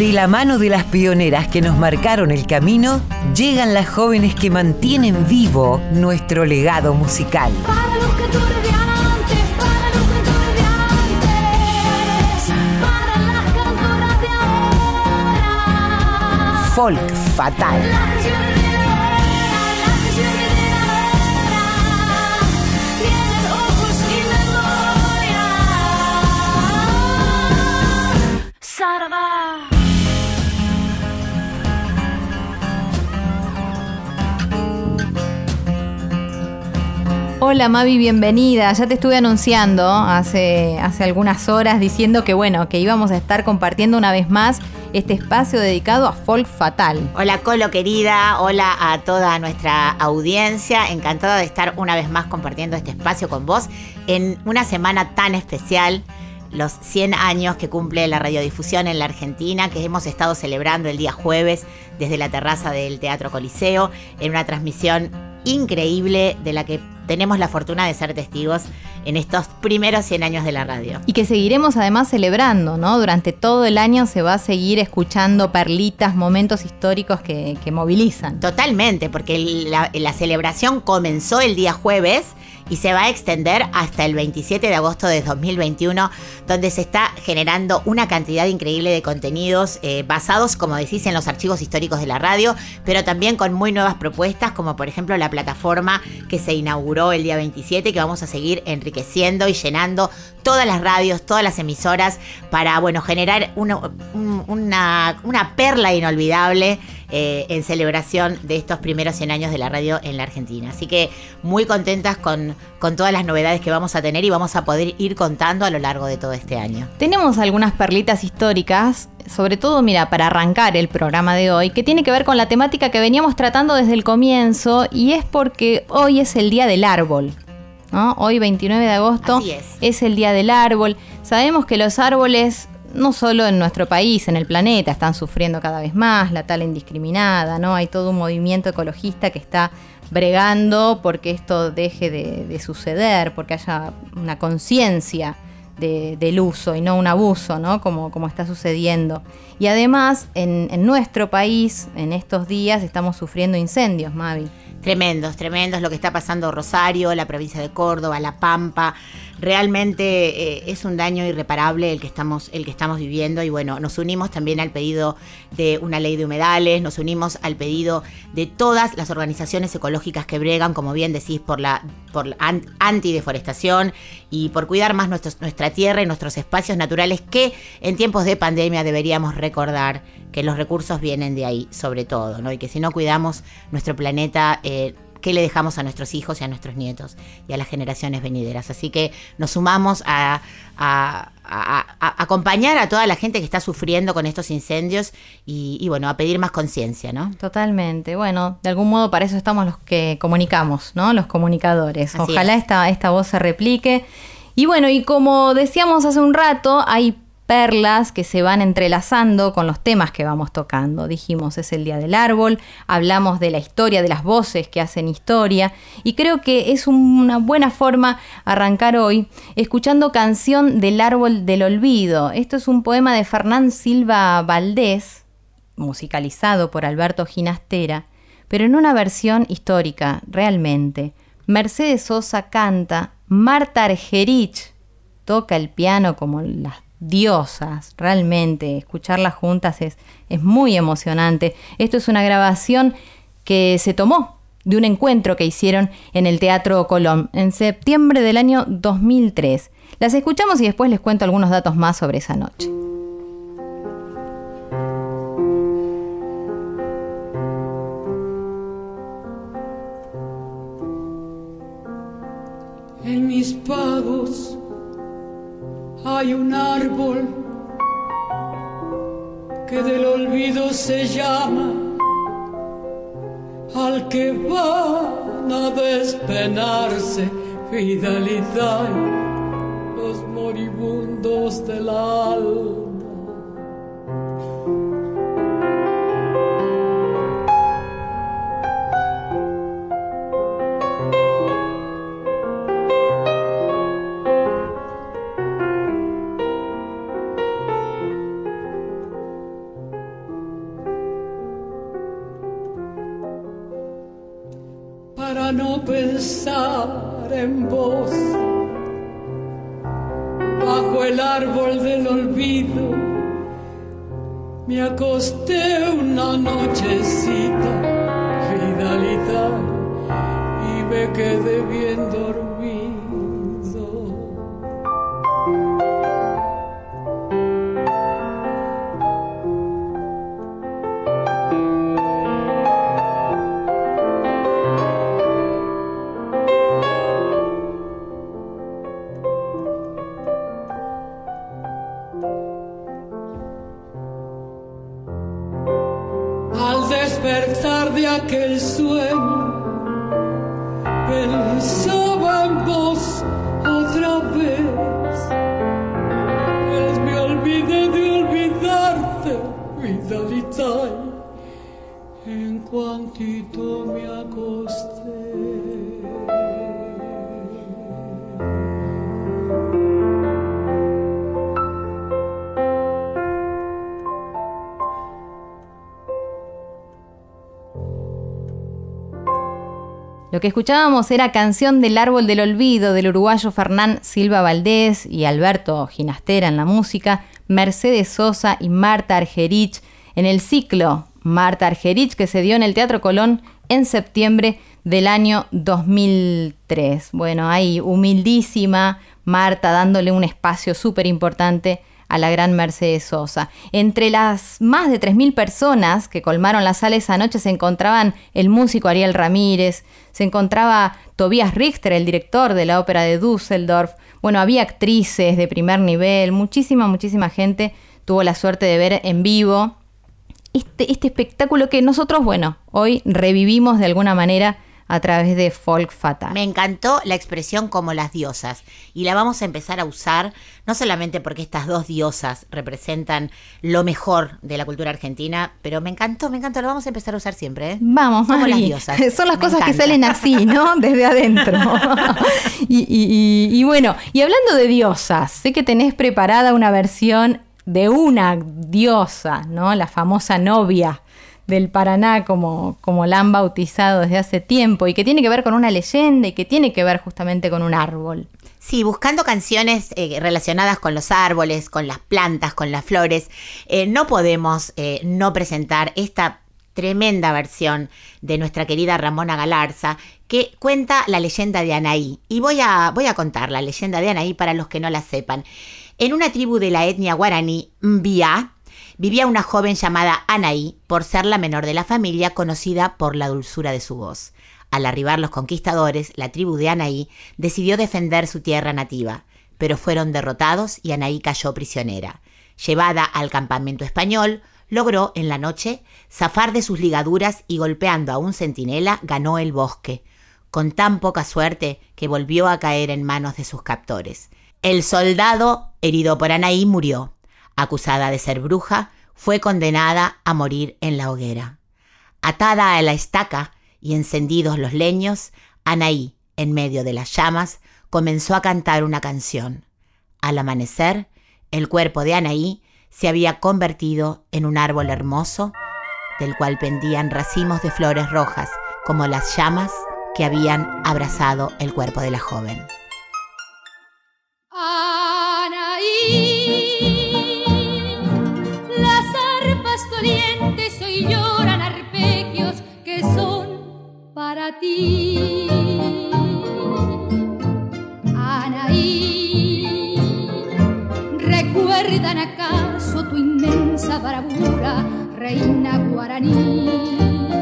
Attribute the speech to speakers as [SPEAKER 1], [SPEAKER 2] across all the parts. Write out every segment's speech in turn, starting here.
[SPEAKER 1] De la mano de las pioneras que nos marcaron el camino, llegan las jóvenes que mantienen vivo nuestro legado musical.
[SPEAKER 2] Para los cantores de antes, para los cantores de antes, para las cantoras de ahora.
[SPEAKER 1] Folk Fatal.
[SPEAKER 2] Las canciones de la era, tienen ojos y memoria. Sarabá.
[SPEAKER 3] Hola Mavi, bienvenida. Ya te estuve anunciando hace algunas horas diciendo que que íbamos a estar compartiendo una vez más este espacio dedicado a Folk Fatal.
[SPEAKER 4] Hola Colo querida, hola a toda nuestra audiencia, encantada de estar una vez más compartiendo este espacio con vos en una semana tan especial, los 100 años que cumple la radiodifusión en la Argentina, que hemos estado celebrando el día jueves desde la terraza del Teatro Coliseo, en una transmisión increíble de la que tenemos la fortuna de ser testigos en estos primeros 100 años de la radio.
[SPEAKER 3] Y que seguiremos además celebrando, ¿no? Durante todo el año se va a seguir escuchando perlitas, momentos históricos que movilizan.
[SPEAKER 4] Totalmente, porque la celebración comenzó el día jueves y se va a extender hasta el 27 de agosto de 2021, donde se está generando una cantidad increíble de contenidos basados, como decís, en los archivos históricos de la radio, pero también con muy nuevas propuestas, como por ejemplo la plataforma que se inauguró el día 27, que vamos a seguir enriqueciendo y llenando todas las radios, todas las emisoras, para generar una perla inolvidable en celebración de estos primeros 100 años de la radio en la Argentina. Así que muy contentas con todas las novedades que vamos a tener y vamos a poder ir contando a lo largo de todo este año.
[SPEAKER 3] Tenemos algunas perlitas históricas, sobre todo, para arrancar el programa de hoy, que tiene que ver con la temática que veníamos tratando desde el comienzo, y es porque hoy es el Día del Árbol, ¿no? Hoy, 29 de agosto, es el Día del Árbol. Sabemos que los árboles, no solo en nuestro país, en el planeta, están sufriendo cada vez más la tala indiscriminada, ¿no? Hay todo un movimiento ecologista que está bregando porque esto deje de suceder, porque haya una conciencia del uso y no un abuso, ¿no? Como está sucediendo. Y además, en nuestro país, en estos días, estamos sufriendo incendios, Mavi.
[SPEAKER 4] Tremendos lo que está pasando Rosario, la provincia de Córdoba, La Pampa. Realmente es un daño irreparable el que estamos viviendo, y nos unimos también al pedido de una ley de humedales, nos unimos al pedido de todas las organizaciones ecológicas que bregan, como bien decís, por la antideforestación y por cuidar más nuestra tierra y nuestros espacios naturales, que en tiempos de pandemia deberíamos recordar que los recursos vienen de ahí, sobre todo, ¿no? Y que si no cuidamos nuestro planeta, ¿qué le dejamos a nuestros hijos y a nuestros nietos y a las generaciones venideras? Así que nos sumamos a acompañar a toda la gente que está sufriendo con estos incendios y a pedir más conciencia, ¿no?
[SPEAKER 3] Totalmente. De algún modo para eso estamos los que comunicamos, ¿no? Los comunicadores.
[SPEAKER 4] Así
[SPEAKER 3] Ojalá
[SPEAKER 4] es.
[SPEAKER 3] esta voz se replique. Y como decíamos hace un rato, hay perlas que se van entrelazando con los temas que vamos tocando. Dijimos, es el Día del Árbol, hablamos de la historia, de las voces que hacen historia, y creo que es una buena forma arrancar hoy escuchando Canción del Árbol del Olvido. Esto es un poema de Fernán Silva Valdés, musicalizado por Alberto Ginastera, pero en una versión histórica, realmente. Mercedes Sosa canta, Marta Argerich toca el piano como las diosas, realmente, escucharlas juntas es muy emocionante. Esto es una grabación que se tomó de un encuentro que hicieron en el Teatro Colón en septiembre del año 2003. Las escuchamos y después les cuento algunos datos más sobre esa noche.
[SPEAKER 5] En mis pagos hay un árbol que del olvido se llama, al que van a despenarse fidelidad los moribundos del alma. para no pensar en vos. Bajo el árbol del olvido me acosté una nochecita, Vidalita, y me quedé bien dormido. Al despertar de aquel sueño, pensaba en vos otra vez. Pues me olvidé de olvidarte, Vidalita, en cuantito me acosté.
[SPEAKER 3] Lo que escuchábamos era Canción del Árbol del Olvido del uruguayo Fernán Silva Valdés y Alberto Ginastera en la música, Mercedes Sosa y Marta Argerich en el ciclo Marta Argerich que se dio en el Teatro Colón en septiembre del año 2003. Bueno, ahí humildísima Marta dándole un espacio súper importante a la gran Mercedes Sosa. Entre las más de 3.000 personas que colmaron la sala esa noche se encontraban el músico Ariel Ramírez, se encontraba Tobias Richter, el director de la ópera de Düsseldorf. Bueno, había actrices de primer nivel, muchísima gente tuvo la suerte de ver en vivo este espectáculo que nosotros, bueno, hoy revivimos de alguna manera a través de Folk Fatal.
[SPEAKER 4] Me encantó la expresión como las diosas y la vamos a empezar a usar no solamente porque estas dos diosas representan lo mejor de la cultura argentina, pero me encantó, lo vamos a empezar a usar siempre, ¿eh?
[SPEAKER 3] Vamos,
[SPEAKER 4] como
[SPEAKER 3] Mari.
[SPEAKER 4] las diosas.
[SPEAKER 3] Son las
[SPEAKER 4] Me
[SPEAKER 3] cosas
[SPEAKER 4] encanta.
[SPEAKER 3] que salen así, ¿no? Desde adentro. y bueno, y hablando de diosas, sé que tenés preparada una versión de una diosa, ¿no? La famosa novia del Paraná, como la han bautizado desde hace tiempo, y que tiene que ver con una leyenda y que tiene que ver justamente con un árbol.
[SPEAKER 4] Sí, buscando canciones relacionadas con los árboles, con las plantas, con las flores, no podemos no presentar esta tremenda versión de nuestra querida Ramona Galarza, que cuenta la leyenda de Anaí. Y voy a contar la leyenda de Anaí para los que no la sepan. En una tribu de la etnia guaraní, Mbiá, vivía una joven llamada Anaí, por ser la menor de la familia, conocida por la dulzura de su voz. Al arribar los conquistadores, la tribu de Anaí decidió defender su tierra nativa, pero fueron derrotados y Anaí cayó prisionera. Llevada al campamento español, logró, en la noche, zafar de sus ligaduras y golpeando a un centinela ganó el bosque, con tan poca suerte que volvió a caer en manos de sus captores. El soldado, herido por Anaí, murió. Acusada de ser bruja, fue condenada a morir en la hoguera. Atada a la estaca y encendidos los leños, Anaí, en medio de las llamas, comenzó a cantar una canción. Al amanecer, el cuerpo de Anaí se había convertido en un árbol hermoso, del cual pendían racimos de flores rojas, como las llamas que habían abrazado el cuerpo de la joven.
[SPEAKER 2] Las arpas dolientes hoy lloran arpegios que son para ti. Anaí, ¿recuerdan acaso tu inmensa bravura, reina guaraní?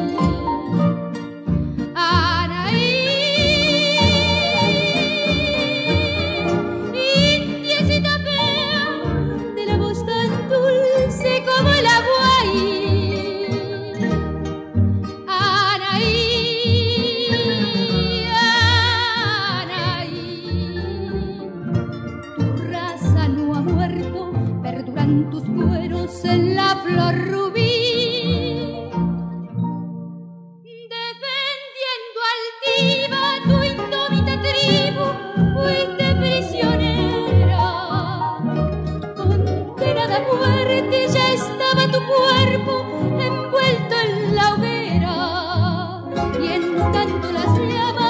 [SPEAKER 2] Tus cueros en la flor rubí, defendiendo altiva tu indómita tribu, fuiste prisionera, condenada a muerte, ya estaba tu cuerpo envuelto en la hoguera, y en tanto las llamas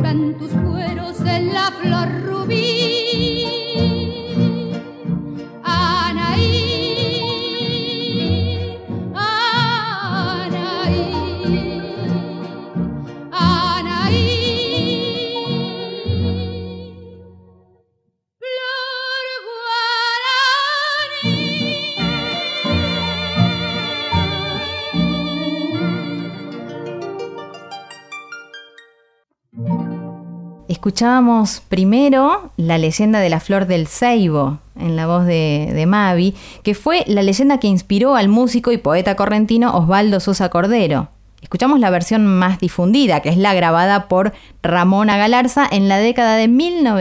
[SPEAKER 2] en tus cueros en la flor rubí. Anaí, Anaí, Anaí. Flor guaraní.
[SPEAKER 3] Escuchábamos primero la leyenda de la flor del ceibo en la voz de Mavi, que fue la leyenda que inspiró al músico y poeta correntino Osvaldo Sosa Cordero. Escuchamos la versión más difundida, que es la grabada por Ramona Galarza en la década de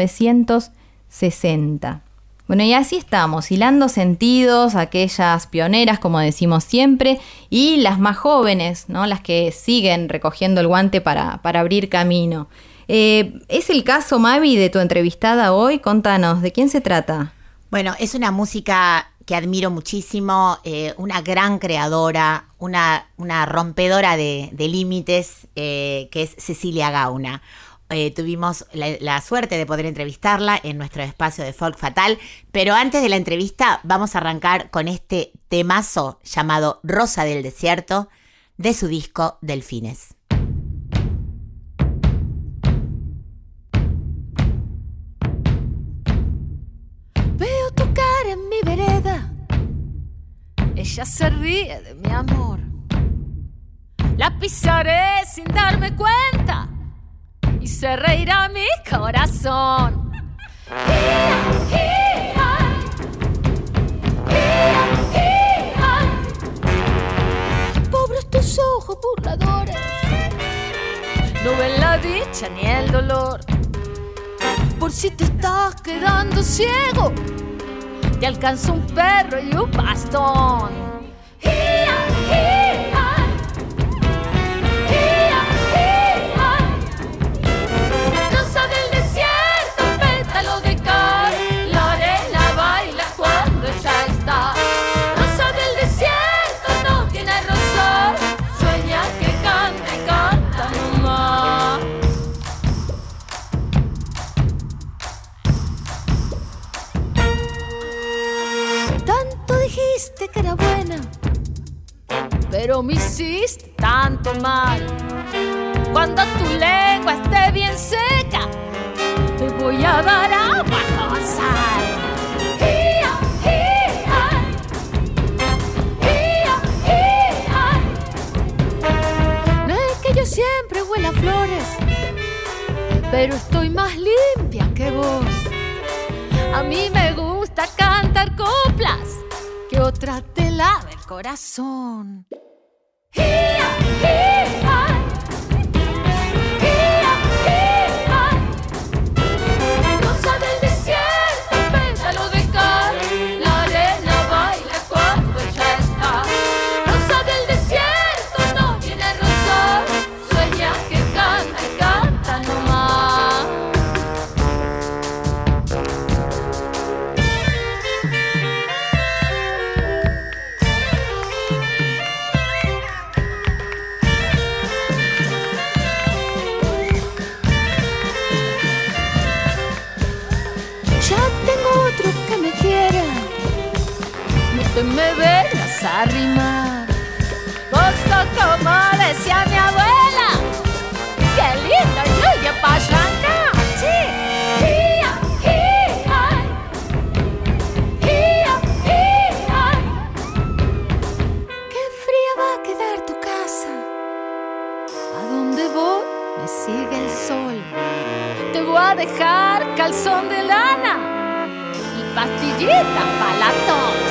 [SPEAKER 3] 1960. Bueno, y así estamos, hilando sentidos, aquellas pioneras, como decimos siempre, y las más jóvenes, ¿no? Las que siguen recogiendo el guante para abrir camino. ¿Es el caso, Mavi, de tu entrevistada hoy? Contanos, ¿de quién se trata?
[SPEAKER 4] Bueno, es una música que admiro muchísimo, una gran creadora, una rompedora de límites, que es Cecilia Gauna. Tuvimos la suerte de poder entrevistarla en nuestro espacio de Folk Fatal, pero antes de la entrevista vamos a arrancar con este temazo llamado Rosa del Desierto de su disco Delfines.
[SPEAKER 2] Veo tu cara en mi vereda, ella se ríe de mi amor. La pisaré sin darme cuenta y se reirá mi corazón. Pobres tus ojos burladores, no ven la dicha ni el dolor. Por si te estás quedando ciego, te alcanza un perro y un bastón. Rosa del desierto, pétalo de cal, la arena baila cuando ella está. Rosa del desierto no tiene rosal, sueña que canta y canta nomás. Tanto dijiste que era buena, pero me hiciste tanto mal. Cuando tu lengua esté bien seca, te voy a dar agua con sal. No es que yo siempre huela a flores, pero estoy más limpia que vos. A mí me gusta cantar coplas, que otra te lave el corazón. Rosa del desierto, pétalo de cal, la arena baila cuando ella está. Rosa del desierto no tiene rosal, sueña que canta y canta nomás. Ya tengo otro que me quiera, no te me vengas a arrimar. Vos sos como decía mi abuela, qué lindo yuyo pa' arrancar. Sí. Qué fría va a quedar tu casa, a donde voy me sigue el sol. Te voy a dejar calzón de lana y pastillitas para la tos.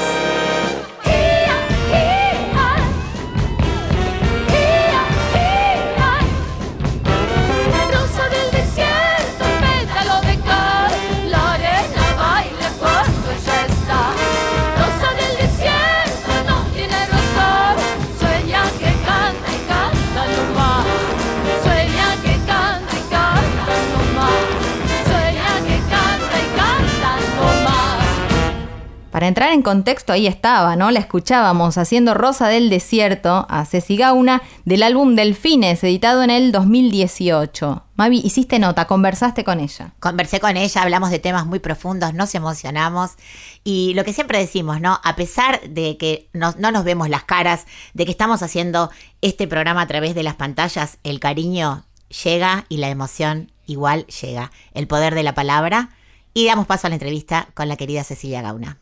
[SPEAKER 2] Rosa del desierto, pétalo de cal, la arena baila cuando ella está. Rosa del desierto no tiene rosal, sueña que canta y canta nomás. Sueña que canta y canta nomás. Sueña que canta y canta nomás.
[SPEAKER 3] Para entrar en contexto, ahí estaba, ¿no? La escuchábamos haciendo Rosa del Desierto a Ceci Gauna del álbum Delfines, editado en el 2018. Mavi, hiciste nota, conversaste con ella.
[SPEAKER 4] Conversé con ella, hablamos de temas muy profundos, nos emocionamos y lo que siempre decimos, ¿no? A pesar de que no nos vemos las caras, de que estamos haciendo este programa a través de las pantallas, el cariño llega y la emoción igual llega. El poder de la palabra. Y damos paso a la entrevista con la querida Cecilia Gauna.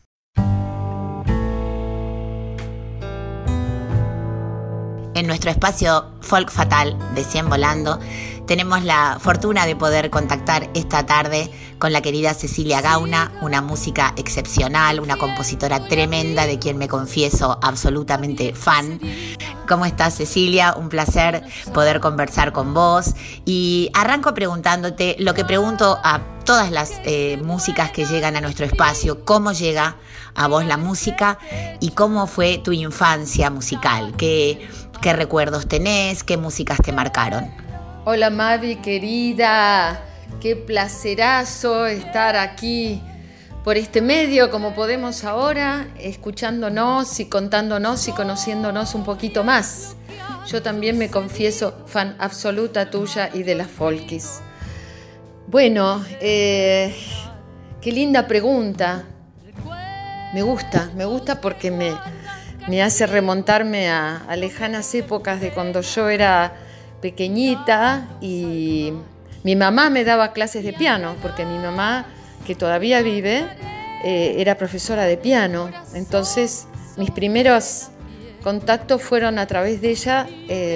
[SPEAKER 4] En nuestro espacio Folk Fatal de 100 Volando, tenemos la fortuna de poder contactar esta tarde con la querida Cecilia Gauna, una música excepcional, una compositora tremenda de quien me confieso absolutamente fan. ¿Cómo estás, Cecilia? Un placer poder conversar con vos. Y arranco preguntándote lo que pregunto a todas las músicas que llegan a nuestro espacio: ¿cómo llega a vos la música y cómo fue tu infancia musical? ¿Qué recuerdos tenés? ¿Qué músicas te marcaron?
[SPEAKER 5] Hola Mavi, querida. Qué placerazo estar aquí por este medio, como podemos ahora, escuchándonos y contándonos y conociéndonos un poquito más. Yo también me confieso fan absoluta tuya y de las folkis. Bueno, qué linda pregunta. Me gusta porque me hace remontarme a lejanas épocas de cuando yo era pequeñita y mi mamá me daba clases de piano, porque mi mamá, que todavía vive, era profesora de piano. Entonces mis primeros contactos fueron a través de ella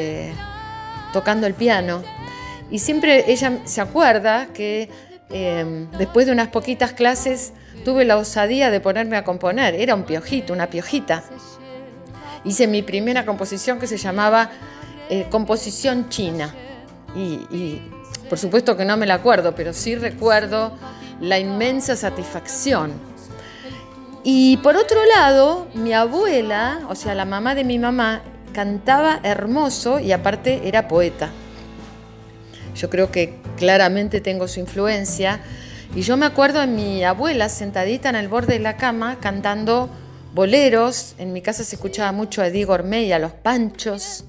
[SPEAKER 5] tocando el piano. Y siempre ella se acuerda que después de unas poquitas clases tuve la osadía de ponerme a componer. Era un piojito, una piojita. Hice mi primera composición que se llamaba Composición China. Y por supuesto que no me la acuerdo, pero sí recuerdo la inmensa satisfacción. Y por otro lado, mi abuela, o sea, la mamá de mi mamá, cantaba hermoso y aparte era poeta. Yo creo que claramente tengo su influencia. Y yo me acuerdo de mi abuela sentadita en el borde de la cama cantando boleros. En mi casa se escuchaba mucho a Eddie Gourmet y a Los Panchos.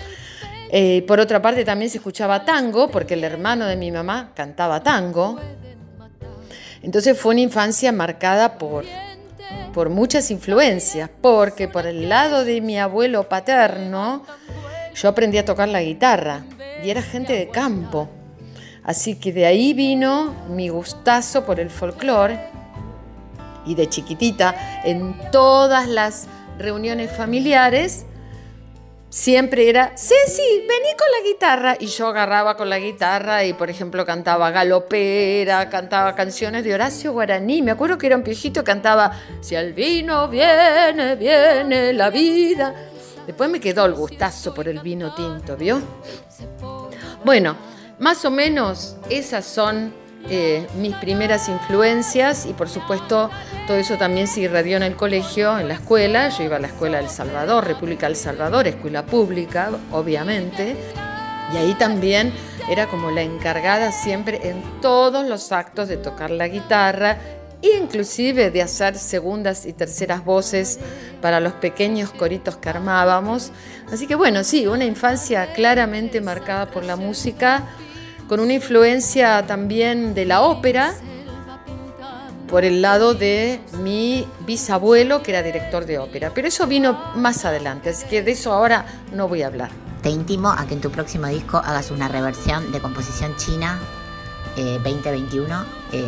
[SPEAKER 5] Por otra parte también se escuchaba tango, porque el hermano de mi mamá cantaba tango. Entonces fue una infancia marcada por muchas influencias, porque por el lado de mi abuelo paterno yo aprendí a tocar la guitarra y era gente de campo. Así que de ahí vino mi gustazo por el folclore. Y de chiquitita, en todas las reuniones familiares, siempre era: Ceci, vení con la guitarra. Y yo agarraba con la guitarra y, por ejemplo, cantaba galopera, cantaba canciones de Horacio Guaraní. Me acuerdo que era un piojito, cantaba Si al vino viene, viene la vida. Después me quedó el gustazo por el vino tinto, ¿vio? Bueno, más o menos esas son mis primeras influencias y por supuesto todo eso también se irradió en el colegio, en la escuela. Yo iba a la escuela del Salvador, República del Salvador, escuela pública, obviamente, y ahí también era como la encargada siempre en todos los actos de tocar la guitarra, inclusive de hacer segundas y terceras voces para los pequeños coritos que armábamos. Así que bueno, sí, una infancia claramente marcada por la música, con una influencia también de la ópera, por el lado de mi bisabuelo, que era director de ópera. Pero eso vino más adelante, así que de eso ahora no voy a hablar.
[SPEAKER 4] Te intimo a que en tu próximo disco hagas una reversión de Composición China 2021.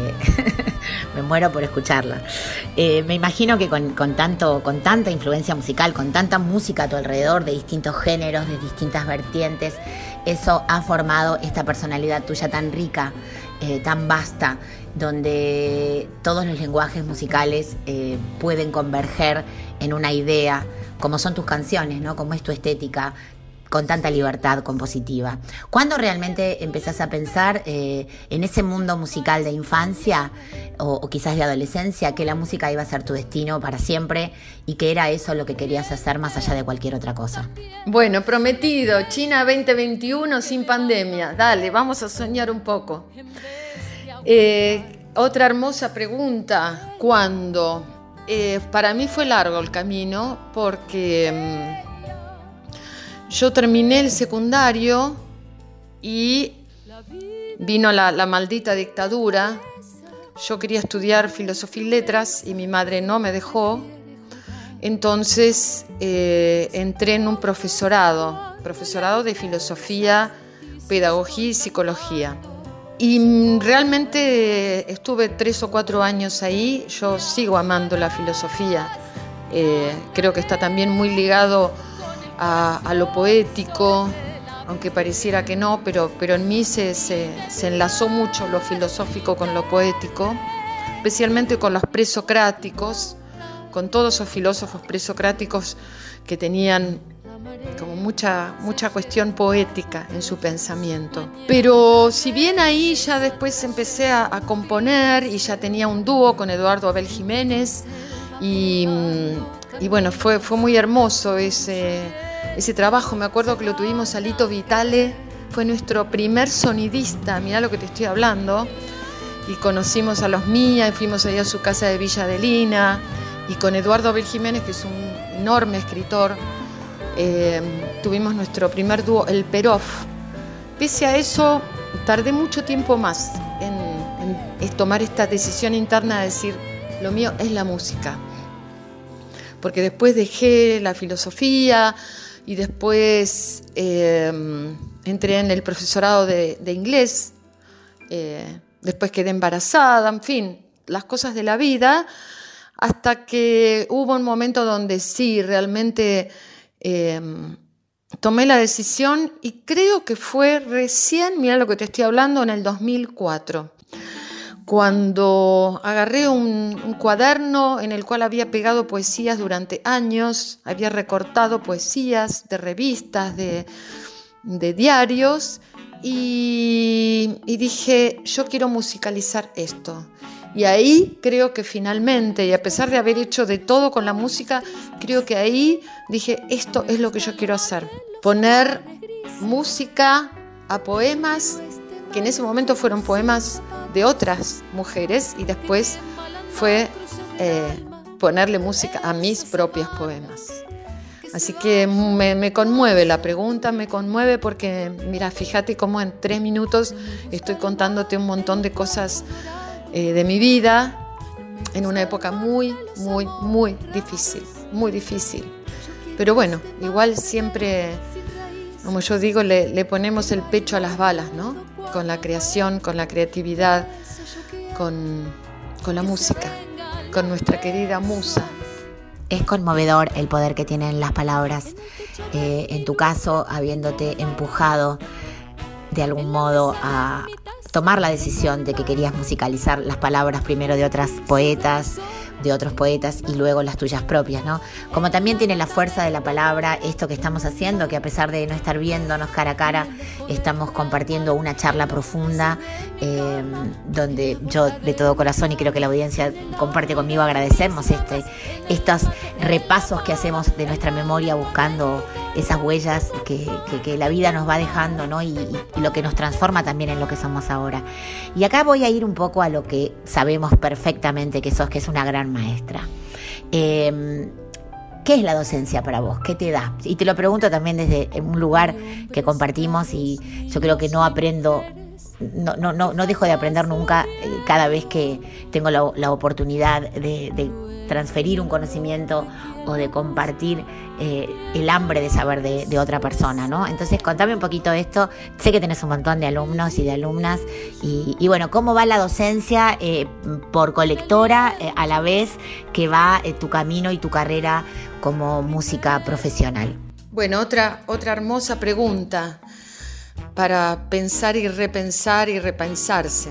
[SPEAKER 4] Me muero por escucharla. Me imagino que con tanta influencia musical, con tanta música a tu alrededor, de distintos géneros, de distintas vertientes, eso ha formado esta personalidad tuya tan rica, tan vasta, donde todos los lenguajes musicales pueden converger en una idea, como son tus canciones, ¿no? Como es tu estética, con tanta libertad compositiva. ¿Cuándo realmente empezás a pensar en ese mundo musical de infancia o quizás de adolescencia, que la música iba a ser tu destino para siempre y que era eso lo que querías hacer más allá de cualquier otra cosa?
[SPEAKER 5] Bueno, prometido, China 2021 sin pandemia. Dale, vamos a soñar un poco. Otra hermosa pregunta: ¿cuándo? Para mí fue largo el camino porque yo terminé el secundario y vino la maldita dictadura. Yo quería estudiar filosofía y letras y mi madre no me dejó. Entonces entré en un profesorado de filosofía, pedagogía y psicología. Y realmente estuve 3 o 4 años ahí. Yo sigo amando la filosofía. Creo que está también muy ligado a lo poético, aunque pareciera que no, pero en mí se enlazó mucho lo filosófico con lo poético, especialmente con los presocráticos, con todos esos filósofos presocráticos que tenían como mucha cuestión poética en su pensamiento. Pero si bien ahí ya después empecé a componer y ya tenía un dúo con Eduardo Abel Jiménez y bueno, fue muy hermoso ese trabajo. Me acuerdo que lo tuvimos a Lito Vitale, fue nuestro primer sonidista, mirá lo que te estoy hablando, y conocimos a los Mía y fuimos allá a su casa de Villa Adelina, y con Eduardo Abel Jiménez, que es un enorme escritor, tuvimos nuestro primer dúo, el Perov. Pese a eso, tardé mucho tiempo más en tomar esta decisión interna de decir, lo mío es la música. Porque después dejé la filosofía y después entré en el profesorado de inglés, después quedé embarazada, en fin, las cosas de la vida, hasta que hubo un momento donde sí, realmente tomé la decisión y creo que fue recién, mira lo que te estoy hablando, en el 2004. Cuando agarré un cuaderno en el cual había pegado poesías durante años, había recortado poesías de revistas, de diarios, y dije, yo quiero musicalizar esto. Y ahí creo que finalmente, y a pesar de haber hecho de todo con la música, creo que ahí dije, esto es lo que yo quiero hacer. Poner música a poemas, que en ese momento fueron poemas de otras mujeres, y después fue ponerle música a mis propios poemas. Así que me conmueve la pregunta, me conmueve porque, mira, fíjate cómo en 3 minutos estoy contándote un montón de cosas de mi vida en una época muy, muy, muy difícil, muy difícil. Pero bueno, igual siempre, como yo digo, le ponemos el pecho a las balas, ¿no? Con la creación, con la creatividad, con la música, con nuestra querida musa.
[SPEAKER 4] Es conmovedor el poder que tienen las palabras, en tu caso, habiéndote empujado de algún modo a tomar la decisión de que querías musicalizar las palabras primero de otras poetas, de otros poetas y luego las tuyas propias, ¿no? Como también tiene la fuerza de la palabra esto que estamos haciendo, que a pesar de no estar viéndonos cara a cara, estamos compartiendo una charla profunda, donde yo de todo corazón, y creo que la audiencia comparte conmigo, agradecemos estos repasos que hacemos de nuestra memoria, buscando esas huellas que la vida nos va dejando, ¿no? Y lo que nos transforma también en lo que somos ahora. Y acá voy a ir un poco a lo que sabemos perfectamente que sos, que es una gran maestra. ¿Qué es la docencia para vos? ¿Qué te da? Y te lo pregunto también desde un lugar que compartimos, y yo creo que no aprendo, no dejo de aprender nunca, cada vez que tengo la oportunidad de transferir un conocimiento o de compartir el hambre de saber de otra persona, ¿no? Entonces, contame un poquito esto. Sé que tenés un montón de alumnos y de alumnas, y bueno, ¿cómo va la docencia por colectora a la vez que va tu camino y tu carrera como música profesional?
[SPEAKER 5] Bueno, otra hermosa pregunta para pensar y repensar y repensarse.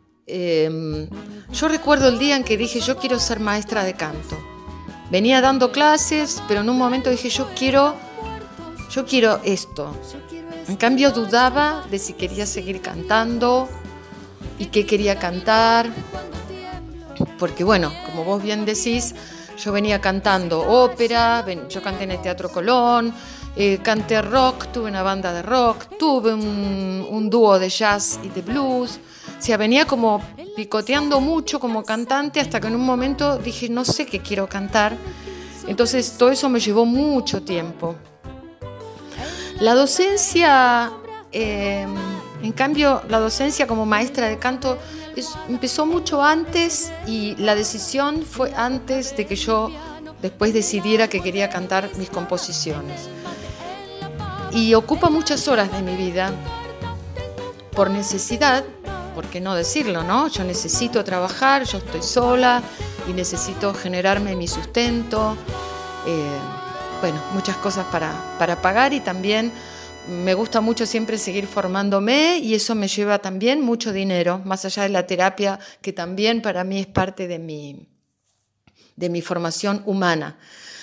[SPEAKER 5] Yo recuerdo el día en que dije, yo quiero ser maestra de canto. Venía dando clases, pero en un momento dije, yo quiero esto. En cambio dudaba de si quería seguir cantando y qué quería cantar, porque bueno, como vos bien decís, yo venía cantando ópera, yo canté en el Teatro Colón, canté rock, tuve una banda de rock, tuve un dúo de jazz y de blues. sea, venía como picoteando mucho como cantante hasta que en un momento dije, no sé qué quiero cantar. Entonces todo eso me llevó mucho tiempo. La docencia, en cambio, la docencia como maestra de canto empezó mucho antes y la decisión fue antes de que yo después decidiera que quería cantar mis composiciones. Y ocupa muchas horas de mi vida por necesidad, ¿por qué no decirlo, no? Yo necesito trabajar, yo estoy sola y necesito generarme mi sustento. Bueno, muchas cosas para pagar y también me gusta mucho siempre seguir formándome y eso me lleva también mucho dinero, más allá de la terapia, que también para mí es parte de mi formación humana.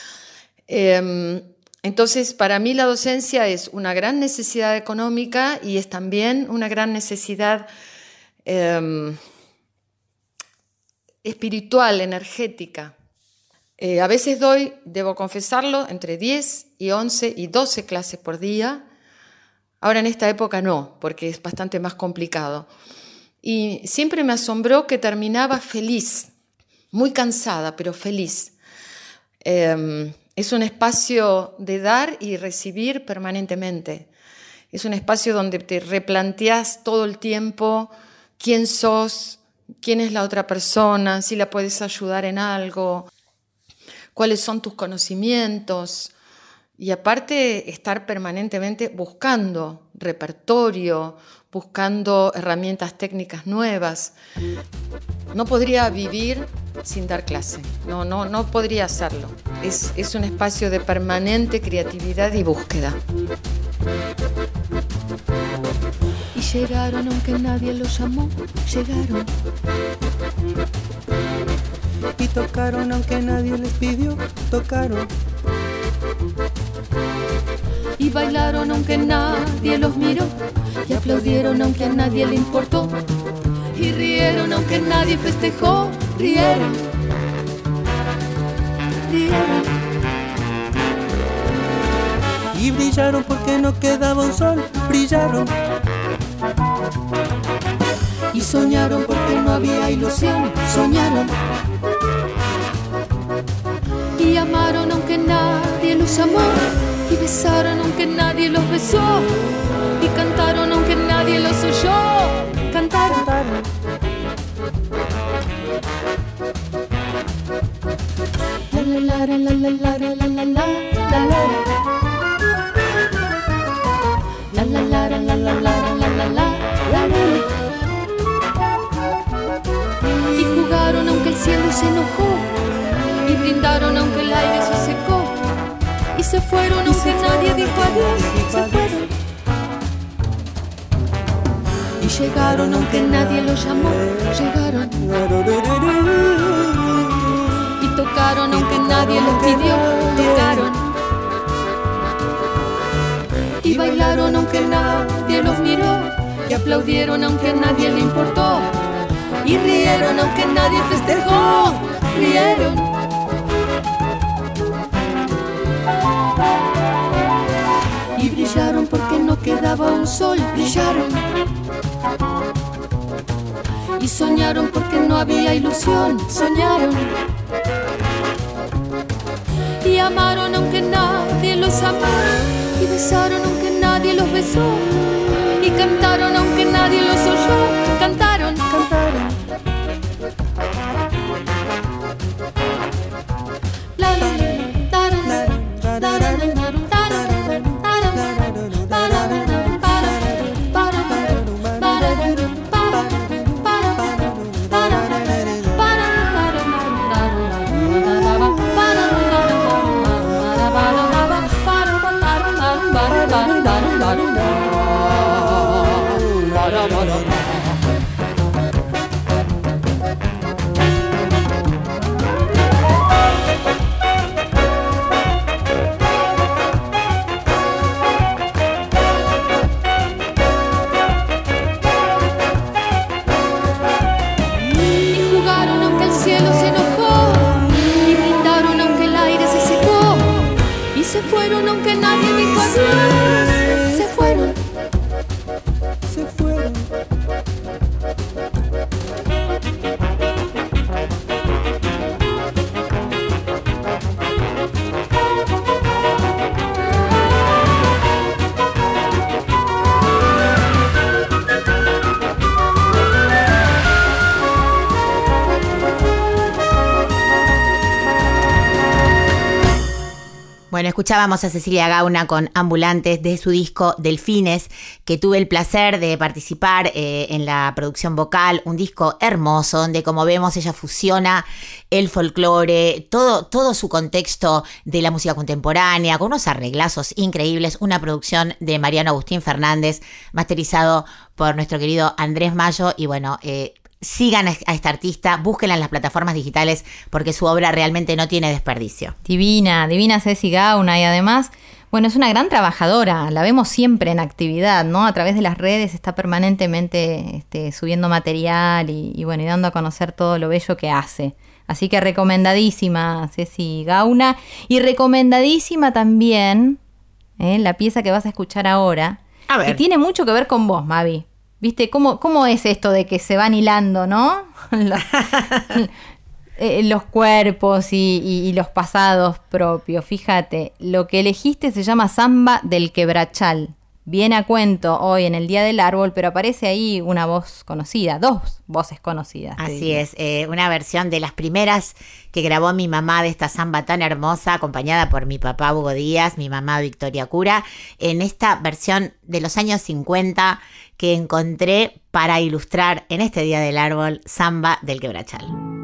[SPEAKER 5] Entonces, para mí la docencia es una gran necesidad económica y es también una gran necesidad espiritual, energética. A veces doy, debo confesarlo, entre 10 y 11 y 12 clases por día. Ahora en esta época no, porque es bastante más complicado. Y siempre me asombró que terminaba feliz, muy cansada, pero feliz. Es un espacio de dar y recibir permanentemente. Es un espacio donde te replanteas todo el tiempo quién sos, quién es la otra persona, si la puedes ayudar en algo, cuáles son tus conocimientos. Y aparte estar permanentemente buscando repertorio, buscando herramientas técnicas nuevas. No podría vivir sin dar clase, no podría hacerlo. Es un espacio de permanente creatividad y búsqueda.
[SPEAKER 2] Y llegaron aunque nadie los llamó, llegaron.
[SPEAKER 6] Y tocaron aunque nadie les pidió, tocaron.
[SPEAKER 2] Y bailaron aunque nadie los miró, y aplaudieron aunque a nadie le importó, y rieron aunque nadie festejó, rieron, rieron.
[SPEAKER 6] Y brillaron porque no quedaba un sol, brillaron.
[SPEAKER 2] Y soñaron porque no había ilusión, soñaron. Y amaron aunque nadie los amó, y besaron aunque nadie los besó, y cantaron aunque nadie los oyó, cantaron. La la la la la la la la la la la la la la la. Y jugaron aunque el cielo se enojó, y brindaron aunque el aire se secó, y se fueron aunque nadie dijo adiós, se fueron. Y llegaron aunque nadie los llamó, llegaron. Y tocaron aunque nadie les pidió, tocaron. Y bailaron aunque nadie los miró, y aplaudieron aunque a nadie le importó, y rieron aunque nadie festejó, rieron. Y brillaron porque no quedaba un sol, brillaron. Y soñaron porque no había ilusión, soñaron. Y amaron aunque nadie los amó, y besaron aunque nadie los besó, y cantaron aunque nadie los oyó, cantaron, cantaron. La la se fueron aunque nadie dijo adiós. Se fueron.
[SPEAKER 6] Se fueron.
[SPEAKER 4] Bueno, escuchábamos a Cecilia Gauna con Ambulantes de su disco Delfines, que tuve el placer de participar en la producción vocal, un disco hermoso donde, como vemos, ella fusiona el folclore, todo su contexto de la música contemporánea, con unos arreglazos increíbles, una producción de Mariano Agustín Fernández, masterizado por nuestro querido Andrés Mayo, y bueno, sigan a esta artista, búsquenla en las plataformas digitales porque su obra realmente no tiene desperdicio.
[SPEAKER 3] Divina Ceci Gauna, y además, bueno, es una gran trabajadora, la vemos siempre en actividad, ¿no? A través de las redes está permanentemente subiendo material y bueno, y dando a conocer todo lo bello que hace. Así que recomendadísima Ceci Gauna, y recomendadísima también la pieza que vas a escuchar ahora, que tiene mucho que ver con vos, Mavi. ¿Viste cómo es esto de que se van hilando, ¿no? Los cuerpos y los pasados propios. Fíjate, lo que elegiste se llama Samba del Quebrachal. Viene a cuento hoy en el Día del Árbol, pero aparece ahí una voz conocida, 2 voces conocidas.
[SPEAKER 4] Así es, una versión de las primeras que grabó mi mamá de esta samba tan hermosa, acompañada por mi papá Hugo Díaz, mi mamá Victoria Cura, en esta versión de los años 50 que encontré para ilustrar en este Día del Árbol, Samba del Quebrachal.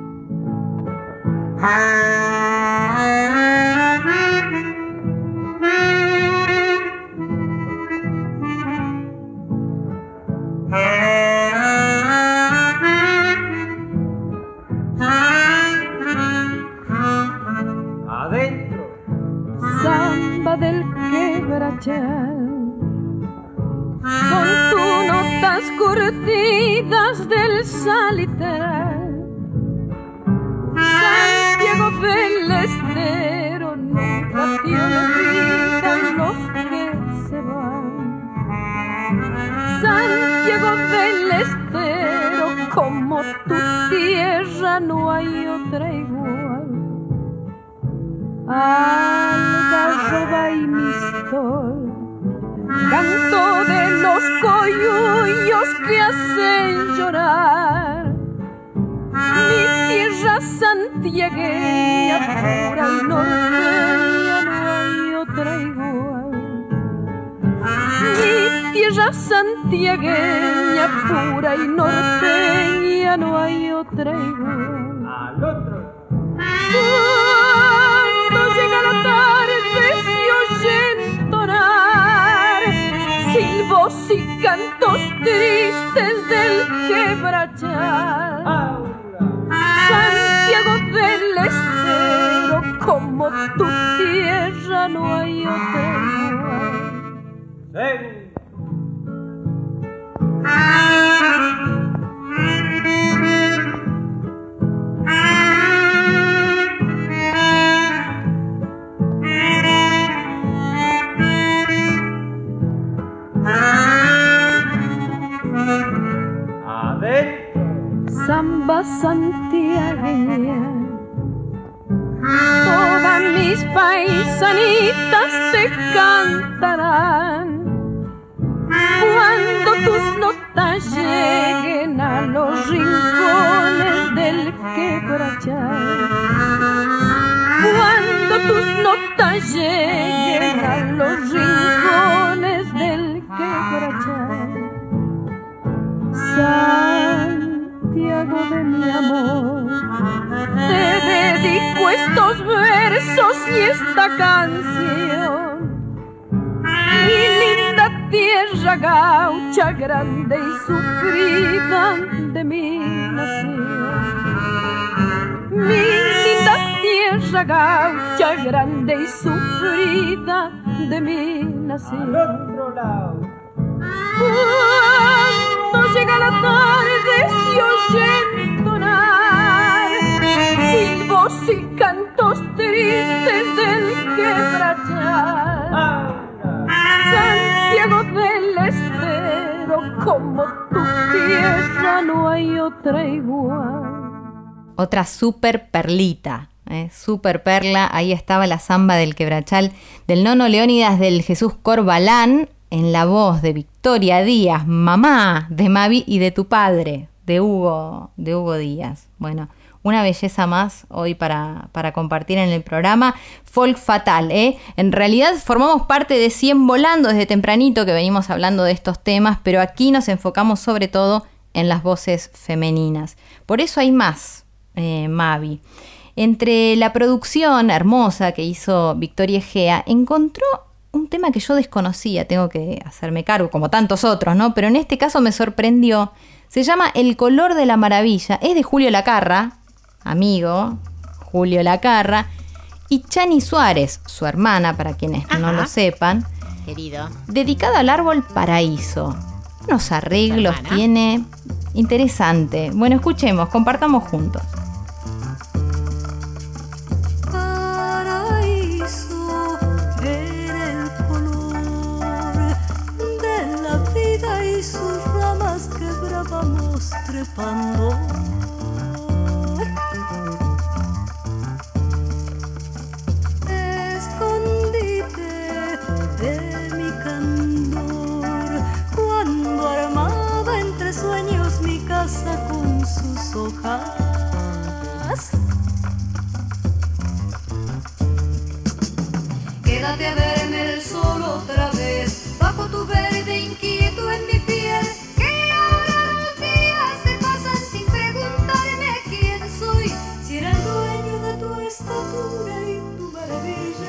[SPEAKER 6] Adentro.
[SPEAKER 7] Samba del Quebrachal, con tus notas curtidas del salitral. Santiago del Estero, nunca te olvidan los que se van. Santiago del Estero, como tu tierra no hay otra igual. Algarroba y Mistol, canto de los coyuyos que hacen llorar. Mi tierra santiagueña, pura y norteña, no hay otra igual. Mi tierra santiagueña, pura y norteña, no hay otra igual.
[SPEAKER 6] Al otro.
[SPEAKER 7] Cuando llega la tarde se oye entonar silbos y cantos tristes del Quebrachal. Santiago del Estero, como tu tierra no hay otra igual. Samba santiagueña, todas mis paisanitas te cantarán cuando tus notas lleguen a los rincones del Quebrachal. Cuando tus notas lleguen a los rincones del Quebrachal. Santiago de mi amor, te dedico estos versos y esta canción. Mi linda tierra gaucha, grande y sufrida de mi nación. Mi linda tierra gaucha, grande y sufrida de mi nación.
[SPEAKER 6] Al otro lado.
[SPEAKER 7] Cuando llega la tarde se oye entonar silbos y cantos tristes del Quebrachal. Santiago del Estero, como tu tierra no hay otra igual.
[SPEAKER 3] Otra super perlita. Super perla, ahí estaba la samba del Quebrachal del Nono Leónidas del Jesús Corbalán, en la voz de Victoria Díaz, mamá de Mavi y de tu padre, de Hugo Díaz. Bueno, Una belleza más hoy para compartir en el programa. Folk Fatal, ¿eh? En realidad formamos parte de 100 Volando desde tempranito que venimos hablando de estos temas, pero aquí nos enfocamos sobre todo en las voces femeninas. Por eso hay más, Mavi. Entre la producción hermosa que hizo Victoria Egea, encontró un tema que yo desconocía, tengo que hacerme cargo, como tantos otros, ¿no? Pero en este caso me sorprendió. Se llama El color de la maravilla, es de Julio Lacarra, amigo Julio Lacarra, y Chani Suárez, su hermana, para quienes no lo sepan,
[SPEAKER 4] querido,
[SPEAKER 3] dedicado al árbol paraíso. Unos arreglos tiene interesante. Bueno, escuchemos, compartamos juntos.
[SPEAKER 8] Paraíso era el color de la vida y sus ramas quebrábamos trepando. Escondite de mi candor cuando armaba entre sueños mi casa con sus hojas. Quédate a verme el sol otra vez bajo tu verde inquieto en mi piel. Que ahora los días se pasan sin preguntarme quién soy, si era el dueño de tu estatura y tu maravilla.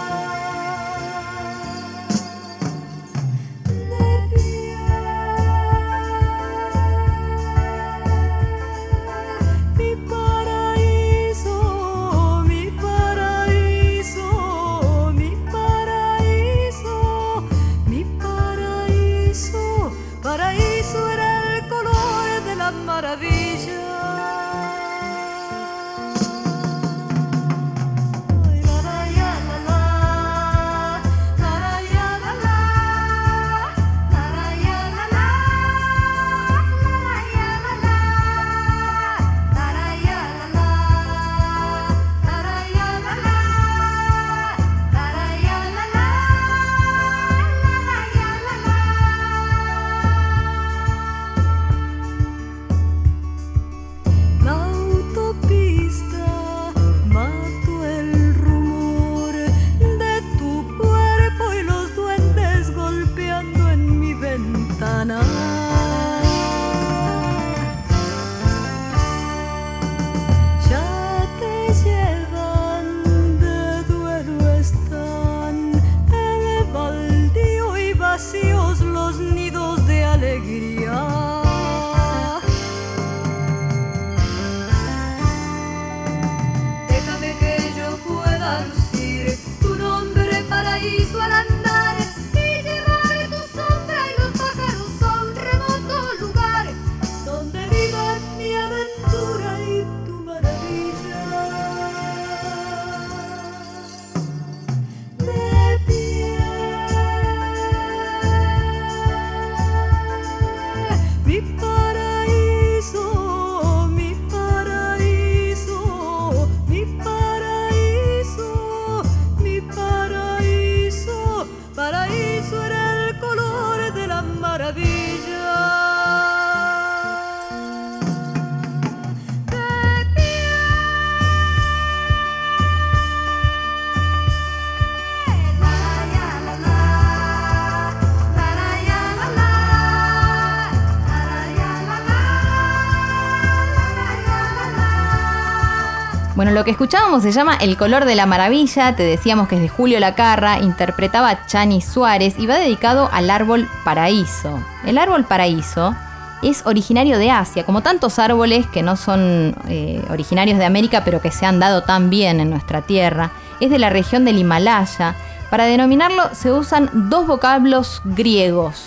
[SPEAKER 3] Bueno, lo que escuchábamos se llama El color de la maravilla, te decíamos que es de Julio Lacarra, interpretaba a Chani Suárez y va dedicado al árbol paraíso. El árbol paraíso es originario de Asia, como tantos árboles que no son originarios de América, pero que se han dado tan bien en nuestra tierra. Es de la región del Himalaya. Para denominarlo se usan dos vocablos griegos,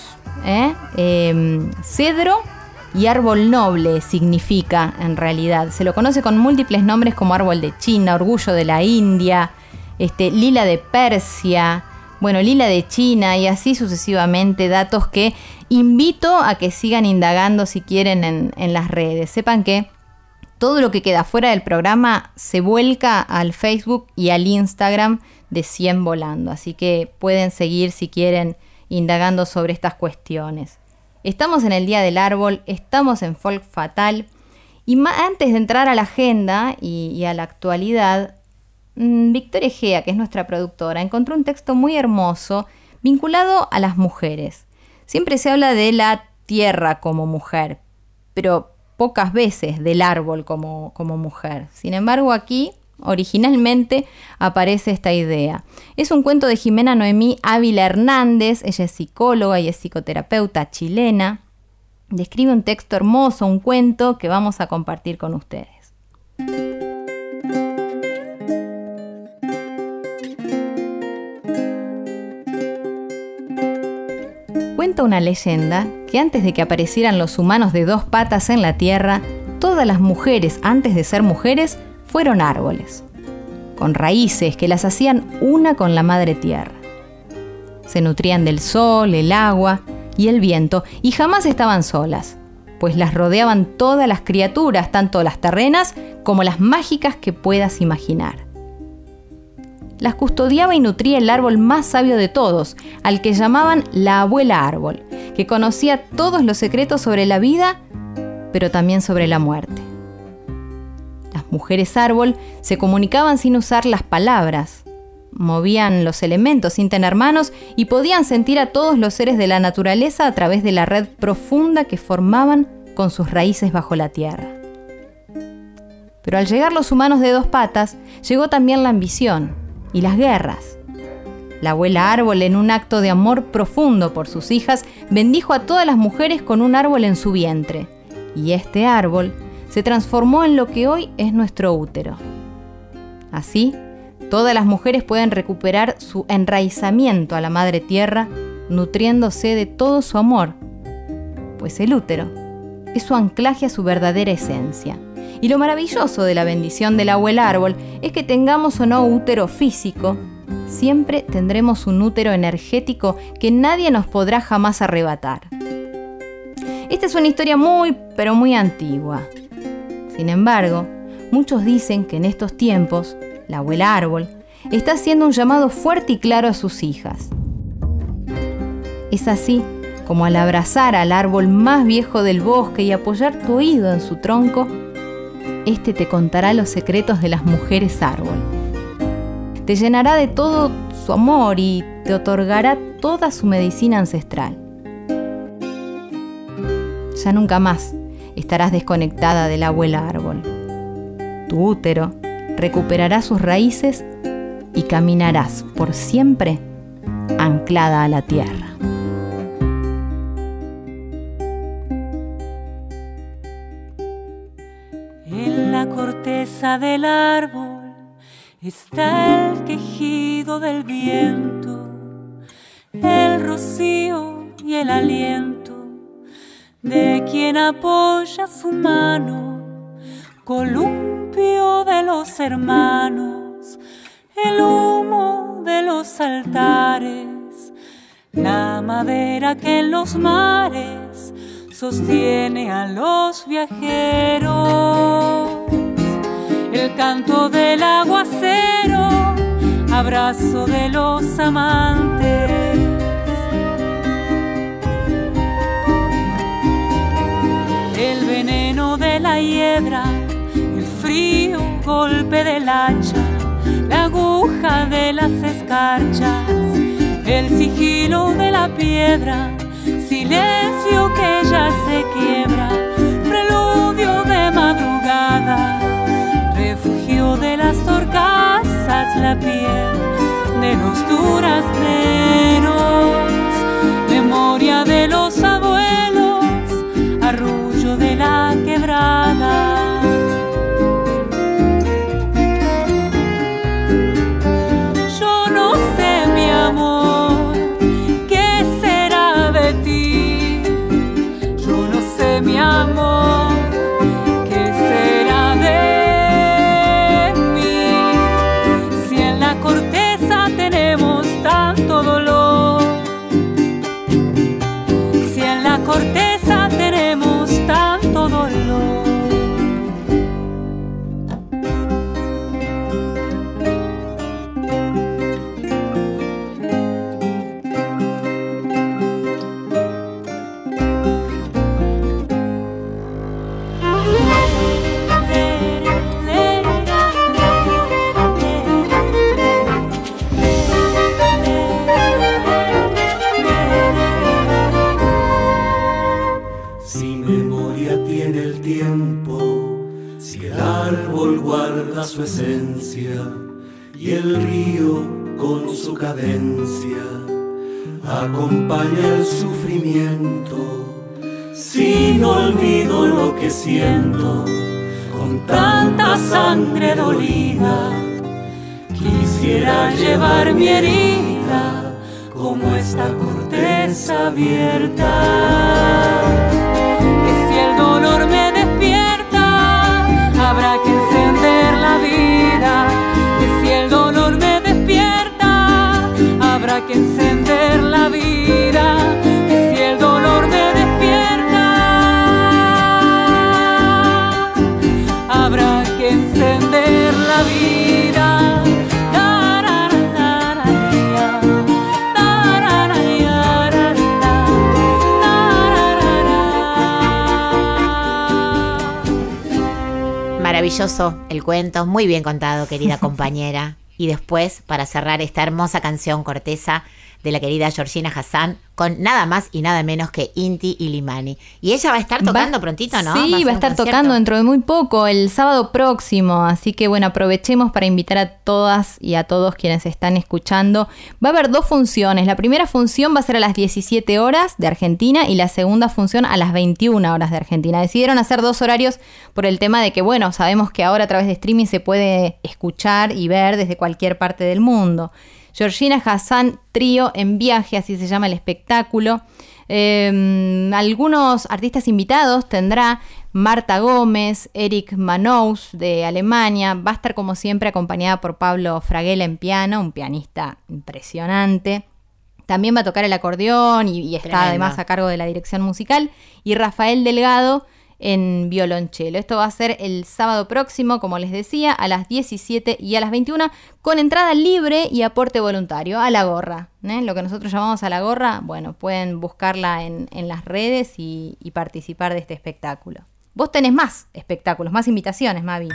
[SPEAKER 3] cedro y árbol noble significa en realidad. Se lo conoce con múltiples nombres como árbol de China, orgullo de la India, lila de Persia, bueno, lila de China y así sucesivamente, datos que invito a que sigan indagando si quieren en las redes. Sepan que todo lo que queda fuera del programa se vuelca al Facebook y al Instagram de 100 Volando, así que pueden seguir si quieren indagando sobre estas cuestiones. Estamos en el Día del Árbol, estamos en Folk Fatal Y antes de entrar a la agenda y a la actualidad, Victoria Egea, que es nuestra productora, encontró un texto muy hermoso vinculado a las mujeres. Siempre se habla de la tierra como mujer, pero pocas veces del árbol como mujer. Sin embargo, aquí originalmente aparece esta idea. Es un cuento de Jimena Noemí Ávila Hernández. Ella es psicóloga y es psicoterapeuta chilena. Describe un texto hermoso, un cuento que vamos a compartir con ustedes. Cuenta una leyenda que antes de que aparecieran los humanos de 2 patas en la tierra, todas las mujeres, antes de ser mujeres, fueron árboles, con raíces que las hacían una con la madre tierra. Se nutrían del sol, el agua y el viento, y jamás estaban solas, pues las rodeaban todas las criaturas, tanto las terrenas como las mágicas que puedas imaginar. Las custodiaba y nutría el árbol más sabio de todos, al que llamaban la abuela árbol, que conocía todos los secretos sobre la vida, pero también sobre la muerte. Las mujeres árbol se comunicaban sin usar las palabras, movían los elementos sin tener manos y podían sentir a todos los seres de la naturaleza a través de la red profunda que formaban con sus raíces bajo la tierra. Pero al llegar los humanos de 2 patas, llegó también la ambición y las guerras. La abuela árbol, en un acto de amor profundo por sus hijas, bendijo a todas las mujeres con un árbol en su vientre, y este árbol se transformó en lo que hoy es nuestro útero. Así, todas las mujeres pueden recuperar su enraizamiento a la madre tierra, nutriéndose de todo su amor, pues el útero es su anclaje a su verdadera esencia. Y lo maravilloso de la bendición de la abuela árbol es que tengamos o no útero físico, siempre tendremos un útero energético que nadie nos podrá jamás arrebatar. Esta es una historia muy, pero muy antigua. Sin embargo, muchos dicen que en estos tiempos, la abuela árbol está haciendo un llamado fuerte y claro a sus hijas. Es así como al abrazar al árbol más viejo del bosque y apoyar tu oído en su tronco, este te contará los secretos de las mujeres árbol. Te llenará de todo su amor y te otorgará toda su medicina ancestral. Ya nunca más estarás desconectada de la abuela árbol. Tu útero recuperará sus raíces y caminarás por siempre anclada a la tierra.
[SPEAKER 9] En la corteza del árbol está el quejido del viento, el rocío y el aliento de quien apoya su mano, columpio de los hermanos, el humo de los altares, la madera que en los mares sostiene a los viajeros, el canto del aguacero, abrazo de los amantes, el veneno de la hiedra, el frío golpe del hacha, la aguja de las escarchas, el sigilo de la piedra, silencio que ya se quiebra, preludio de madrugada, refugio de las torcasas, la piel de los durazneros, memoria de los abuelos, arrullo de la quebrada. Yo no sé, mi amor, qué será de ti. Yo no sé, mi amor, qué será de mí. Si en la corteza tenemos tanto dolor,
[SPEAKER 6] detiene el tiempo, si el árbol guarda su esencia y el río con su cadencia acompaña el sufrimiento. Si no olvido lo que siento con tanta sangre dolida, quisiera llevar mi herida como esta corteza abierta. Que si el dolor me despierta, habrá que encender la vida. Que si el dolor me despierta, habrá que encender la vida. Que si el dolor me despierta, habrá que encender la vida.
[SPEAKER 4] Maravilloso el cuento, muy bien contado, querida compañera. Y después, para cerrar esta hermosa canción Corteza de la querida Georgina Hassan, con nada más y nada menos que Inti Illimani. Y ella va a estar tocando prontito, ¿no?
[SPEAKER 3] Sí, va a estar tocando dentro de muy poco, el sábado próximo. Así que bueno, aprovechemos para invitar a todas y a todos quienes están escuchando. Va a haber 2 funciones. La primera función va a ser a las 17 horas de Argentina y la segunda función a las 21 horas de Argentina. Decidieron hacer 2 horarios por el tema de que, bueno, sabemos que ahora a través de streaming se puede escuchar y ver desde cualquier parte del mundo. Georgina Hassan Trío en Viaje, así se llama el espectáculo. Algunos artistas invitados tendrá Marta Gómez, Eric Manous de Alemania. Va a estar como siempre acompañada por Pablo Fraguela en piano, un pianista impresionante. También va a tocar el acordeón y está
[SPEAKER 4] Tremendo.
[SPEAKER 3] Además a cargo de la dirección musical. Y Rafael Delgado en violonchelo. Esto va a ser el sábado próximo, como les decía, a las 17 y a las 21, con entrada libre y aporte voluntario a la gorra. Lo que nosotros llamamos a la gorra, bueno, pueden buscarla en las redes y participar de este espectáculo. Vos tenés más espectáculos, más invitaciones, Mavi.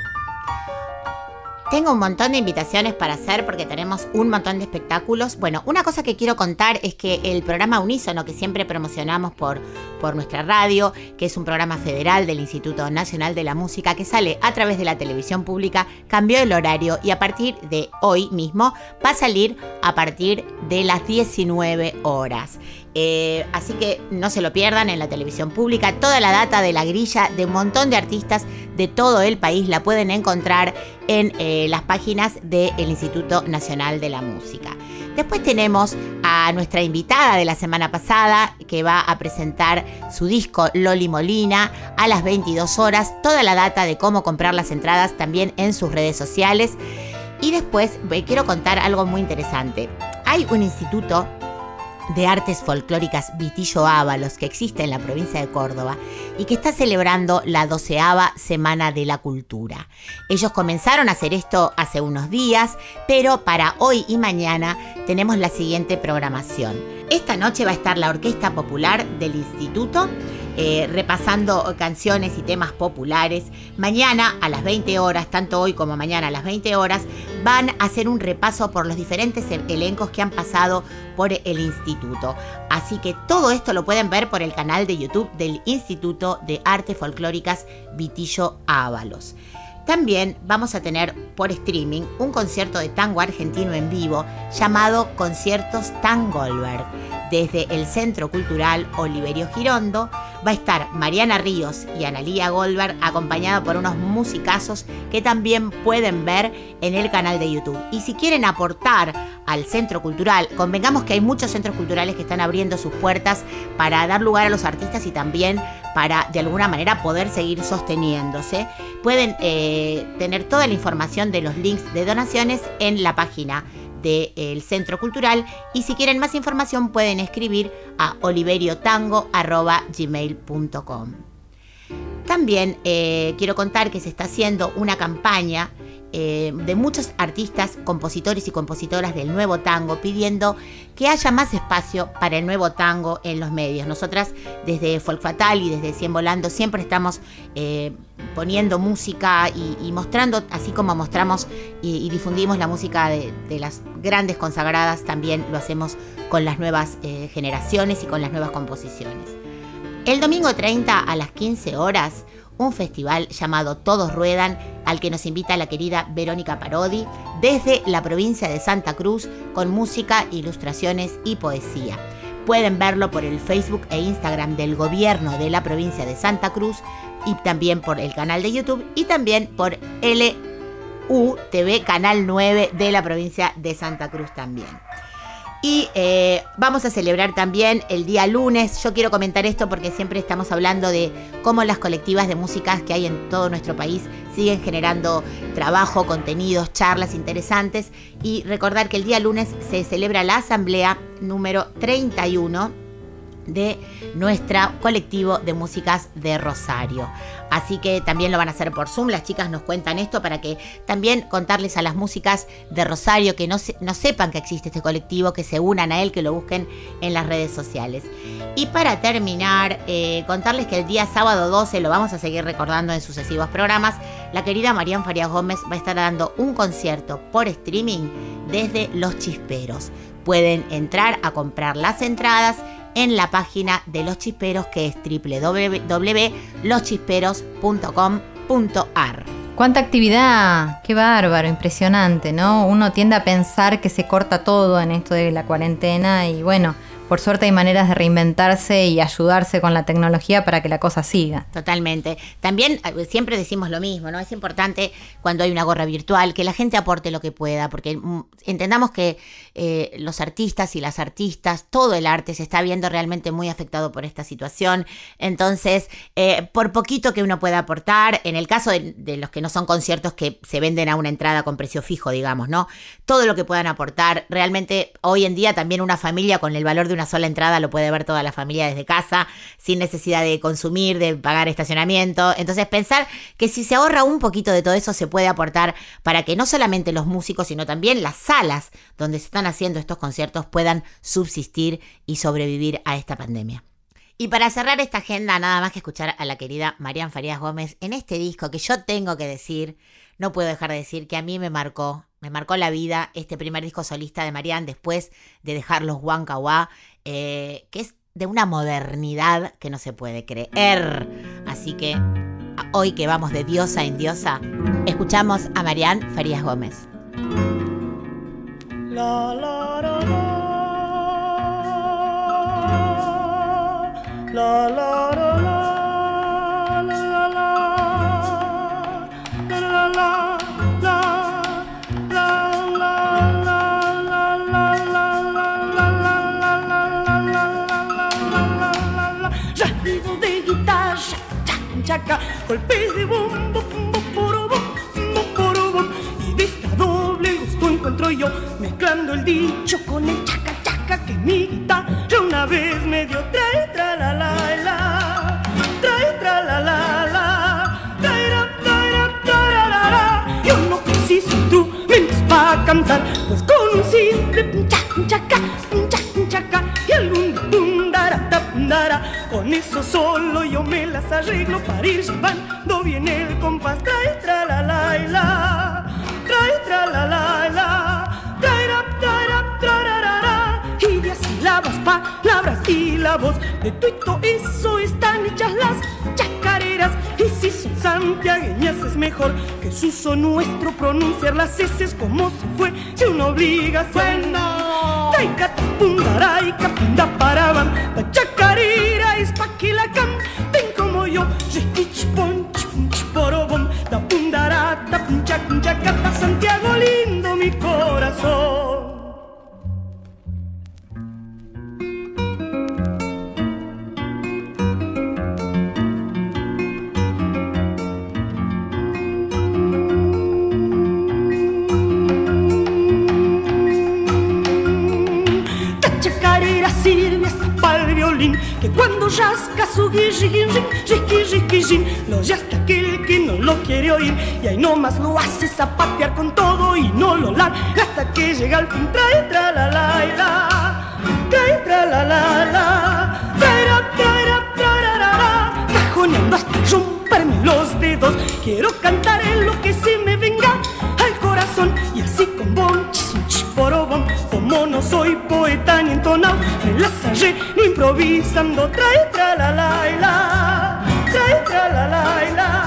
[SPEAKER 4] Tengo un montón de invitaciones para hacer porque tenemos un montón de espectáculos. Bueno, una cosa que quiero contar es que el programa Unísono, que siempre promocionamos por nuestra radio, que es un programa federal del Instituto Nacional de la Música, que sale a través de la televisión pública, cambió el horario y a partir de hoy mismo va a salir a partir de las 19 horas. Así que no se lo pierdan en la televisión pública. Toda la data de la grilla de un montón de artistas de todo el país la pueden encontrar en las páginas del Instituto Nacional de la Música. Después tenemos a nuestra invitada de la semana pasada que va a presentar su disco Loli Molina a las 22 horas. Toda la data de cómo comprar las entradas también en sus redes sociales. Y después quiero contar algo muy interesante. Hay un instituto de artes folclóricas Vitillo Ábalos que existe en la provincia de Córdoba y que está celebrando la 12ª Semana de la Cultura. Ellos comenzaron a hacer esto hace unos días, pero para hoy y mañana tenemos la siguiente programación. Esta noche va a estar la Orquesta Popular del Instituto repasando canciones y temas populares. Mañana a las 20 horas, tanto hoy como mañana a las 20 horas, van a hacer un repaso por los diferentes elencos que han pasado por el instituto. Así que todo esto lo pueden ver por el canal de YouTube del Instituto de Artes Folclóricas Vitillo Ábalos. También vamos a tener por streaming un concierto de tango argentino en vivo llamado Conciertos Tangolberg. Desde el Centro Cultural Oliverio Girondo va a estar Mariana Ríos y Analía Goldberg, acompañada por unos musicazos que también pueden ver en el canal de YouTube. Y si quieren aportar al Centro Cultural, convengamos que hay muchos centros culturales que están abriendo sus puertas para dar lugar a los artistas y también para de alguna manera poder seguir sosteniéndose. Pueden tener toda la información de los links de donaciones en la página del Centro Cultural, y si quieren más información pueden escribir a oliveriotango@gmail.com. También quiero contar que se está haciendo una campaña de muchos artistas, compositores y compositoras del nuevo tango, pidiendo que haya más espacio para el nuevo tango en los medios. Nosotras desde Folk Fatal y desde Cien Volando siempre estamos poniendo música y mostrando, así como mostramos y difundimos la música de las grandes consagradas, también lo hacemos con las nuevas generaciones y con las nuevas composiciones. El domingo 30 a las 15 horas, un festival llamado Todos Ruedan, al que nos invita la querida Verónica Parodi, desde la provincia de Santa Cruz, con música, ilustraciones y poesía. Pueden verlo por el Facebook e Instagram del gobierno de la provincia de Santa Cruz y también por el canal de YouTube y también por LUTV, Canal 9 de la provincia de Santa Cruz también. Y vamos a celebrar también el día lunes. Yo quiero comentar esto porque siempre estamos hablando de cómo las colectivas de músicas que hay en todo nuestro país siguen generando trabajo, contenidos, charlas interesantes. Y recordar que el día lunes se celebra la asamblea número 31 de nuestro colectivo de músicas de Rosario. Así que también lo van a hacer por Zoom. Las chicas nos cuentan esto para que también contarles a las músicas de Rosario que no sepan que existe este colectivo, que se unan a él, que lo busquen en las redes sociales. Y para terminar, contarles que el día sábado 12, lo vamos a seguir recordando en sucesivos programas, la querida Marian Farías Gómez va a estar dando un concierto por streaming desde Los Chisperos. Pueden entrar a comprar las entradas en la página de Los Chisperos, que es www.loschisperos.com.ar.
[SPEAKER 3] ¡Cuánta actividad! ¡Qué bárbaro! Impresionante, ¿no? Uno tiende a pensar que se corta todo en esto de la cuarentena y bueno, por suerte hay maneras de reinventarse y ayudarse con la tecnología para que la cosa siga.
[SPEAKER 4] Totalmente. También siempre decimos lo mismo, ¿no? Es importante cuando hay una gorra virtual que la gente aporte lo que pueda, porque entendamos que los artistas y las artistas, todo el arte se está viendo realmente muy afectado por esta situación. Entonces, por poquito que uno pueda aportar, en el caso de los que no son conciertos que se venden a una entrada con precio fijo, digamos, ¿no? Todo lo que puedan aportar. Realmente, hoy en día también una familia con el valor de una sola entrada lo puede ver toda la familia desde casa, sin necesidad de consumir, de pagar estacionamiento. Entonces pensar que si se ahorra un poquito de todo eso se puede aportar para que no solamente los músicos, sino también las salas donde se están haciendo estos conciertos puedan subsistir y sobrevivir a esta pandemia. Y para cerrar esta agenda, nada más que escuchar a la querida Marian Farías Gómez en este disco que yo tengo que decir, no puedo dejar de decir que a mí me marcó la vida este primer disco solista de Marian después de dejar los Huancahuá, que es de una modernidad que no se puede creer. Así que hoy que vamos de diosa en diosa, escuchamos a Marian Farías Gómez.
[SPEAKER 10] La, la, la, la, la, la, la, la. Golpes de bombo, y de esta doble gusto encuentro yo, mezclando el dicho con el chaca chaca que mi guitarra una vez me dio. Trae tra la la la, trae tra la la la, trae ra tra la la. Yo no preciso instrumentos para cantar, pues con un simple chaca chaca y algún pundara, con eso solo yo me las arreglo para ir llevando bien el compás. Trae tra la la la, trae tra la la la, trae ra tra la la. Y de sílabas, palabras y la voz de tuito eso están hechas las chacareras. Y si son santiagueñas es mejor que es uso nuestro pronunciar las heces como si fuese una obligación. Taicata, pundaraica, punda paraban, la chacarera es pa' que la canten como yo. Riquich, ponch, punch, porobom, da pundarata, punchacata, Santiago lindo mi corazón. Sirve hasta pa'l violín, que cuando rasca su guirriquín, lo oye hasta aquel que no lo quiere oír, y ahí nomás lo hace zapatear con todo y no lo larga hasta que llega al fin. Trae tra la la la, trae tra la la la, trae ra tra la la, cajoneando hasta romperme los dedos. Quiero cantar en lo que se me venga al corazón, y así con bonchis, porobón, como no soy poeta ni entonado, me las arreglo improvisando. Trae tra la la la, trae tra la la la.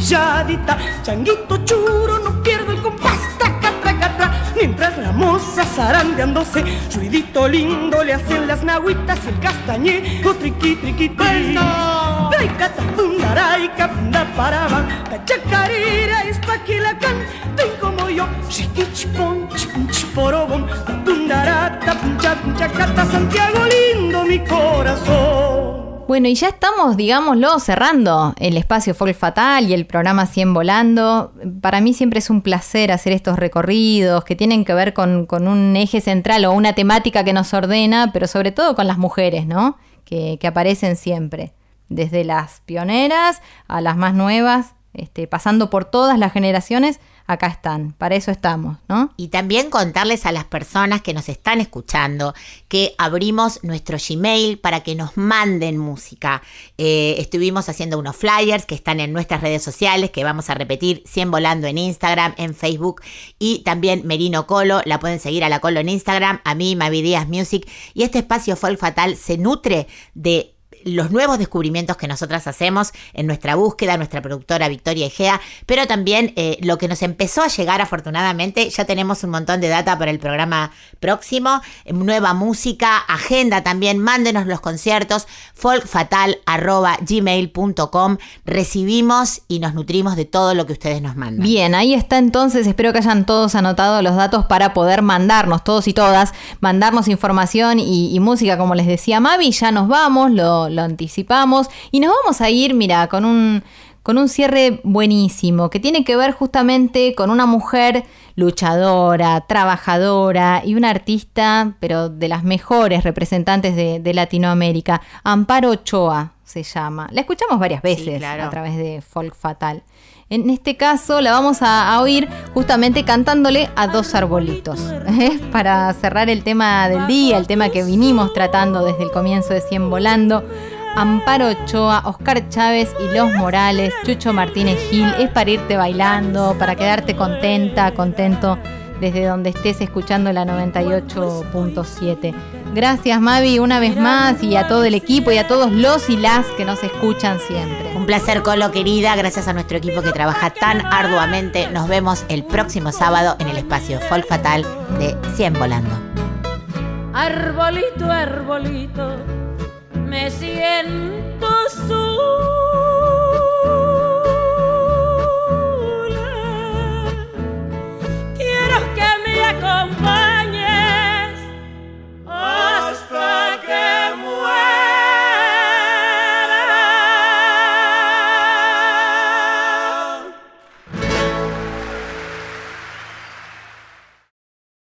[SPEAKER 10] arrodilladita. Changuito churo, no pierdo el compás, traca, traca, tra. Mientras la moza zarandeándose, ruidito lindo le hacen las nahuitas y el castañejo triqui, triqui, triqui. Traicata, pundaraica, punda paraban, la chacarera es pa' que la canten como yo. Chiquichipon, chiporobón, pundarata, puncha, punchacata, Santiago lindo mi corazón.
[SPEAKER 3] Bueno, y ya estamos, digámoslo, cerrando el espacio Folk Fatal y el programa 100 Volando. Para mí siempre es un placer hacer estos recorridos que tienen que ver con un eje central o una temática que nos ordena, pero sobre todo con las mujeres, ¿no? Que aparecen siempre, desde las pioneras a las más nuevas, pasando por todas las generaciones. Acá están, para eso estamos, ¿no?
[SPEAKER 4] Y también contarles a las personas que nos están escuchando que abrimos nuestro Gmail para que nos manden música. Estuvimos haciendo unos flyers que están en nuestras redes sociales, que vamos a repetir, 100 Volando en Instagram, en Facebook, y también Merino Colo, la pueden seguir a la Colo en Instagram, a mí, Mavi Díaz Music, y este espacio Folk Fatal se nutre de los nuevos descubrimientos que nosotras hacemos en nuestra búsqueda, nuestra productora Victoria Egea, pero también lo que nos empezó a llegar afortunadamente. Ya tenemos un montón de data para el programa próximo, nueva música, agenda también, mándenos los conciertos, folkfatal@gmail.com, recibimos y nos nutrimos de todo lo que ustedes nos mandan.
[SPEAKER 3] Bien, ahí está entonces, espero que hayan todos anotado los datos para poder mandarnos, todos y todas, mandarnos información y música, como les decía Mavi. Ya nos vamos, lo anticipamos y nos vamos a ir, mira, con un cierre buenísimo que tiene que ver justamente con una mujer luchadora, trabajadora y una artista, pero de las mejores representantes de Latinoamérica. Amparo Ochoa se llama. La escuchamos varias veces, sí, claro, a través de Folk Fatal. En este caso la vamos a oír justamente cantándole a dos arbolitos, para cerrar el tema del día, el tema que vinimos tratando desde el comienzo de 100 Volando. Amparo Ochoa, Oscar Chávez y Los Morales, Chucho Martínez Gil, es para irte bailando, para quedarte contenta, contento desde donde estés escuchando la 98.7. Gracias, Mavi, una vez más, y a todo el equipo y a todos los y las que nos escuchan siempre.
[SPEAKER 4] Un placer, Colo, querida. Gracias a nuestro equipo que trabaja tan arduamente. Nos vemos el próximo sábado en el espacio Folk Fatal de 100 Volando.
[SPEAKER 9] Arbolito, arbolito, me siento solo.